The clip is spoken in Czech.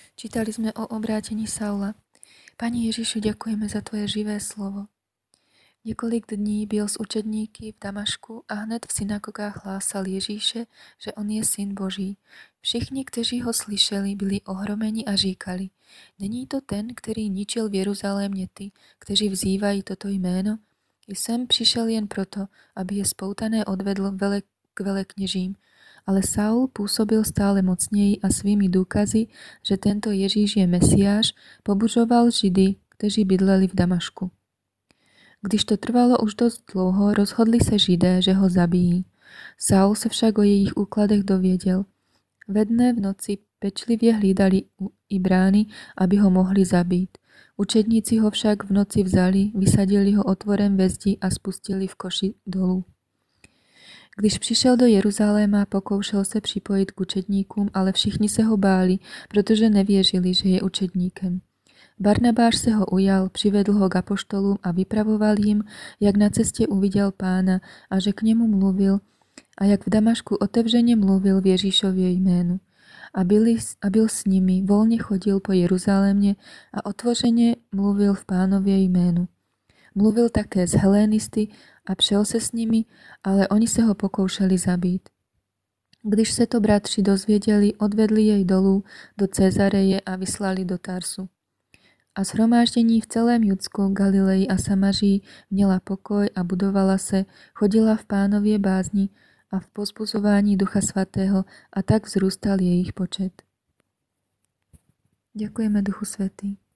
Čítali sme o obrátení Saula. Pani Ježišu, ďakujeme za Tvoje živé slovo. Několik dní byl s učedníky v Damašku a hned v synagogách hlásal Ježíše, že on je syn Boží. Všichni, kteří ho slyšeli, byli ohromeni a říkali: Není to ten, který ničil v Jeruzalémě ty, kteří vzývají toto jméno? Jsem přišel jen proto, aby je spoutané odvedl k velekněžím. Ale Saul působil stále mocněji a svými důkazy, že tento Ježíš je Mesiáš, pobuřoval Židy, kteří bydleli v Damašku. Když to trvalo už dost dlouho, rozhodli se Židé, že ho zabijí. Saul se však o jejich úkladech dověděl. Ve dne v noci pečlivě hlídali i brány, aby ho mohli zabít. Učedníci ho však v noci vzali, vysadili ho otvorem ve zdi a spustili v koši dolů. Když přišel do Jeruzaléma, pokoušel se připojit k učedníkům, ale všichni se ho báli, protože nevěřili, že je učedníkem. Barnabáš se ho ujal, přivedl ho k apoštolům a vypravoval jim, jak na cestě uviděl Pána a že k němu mluvil a jak v Damašku otevřeně mluvil v Ježíšově jménu. A byl s nimi, volně chodil po Jeruzalémě a otevřeně mluvil v Pánově jménu. Mluvil také s Helénisty a přel se s nimi, ale oni se ho pokoušeli zabít. Když se to bratři dozvěděli, odvedli jej dolů do Cezareje a vyslali do Tarsu. A shromáždění v celém Judsku, Galileji a Samaří měla pokoj a budovala se, chodila v Pánově bázni a v povzbuzování Ducha Svatého a tak vzrůstal jejich počet. Děkujeme, Duchu Svätý.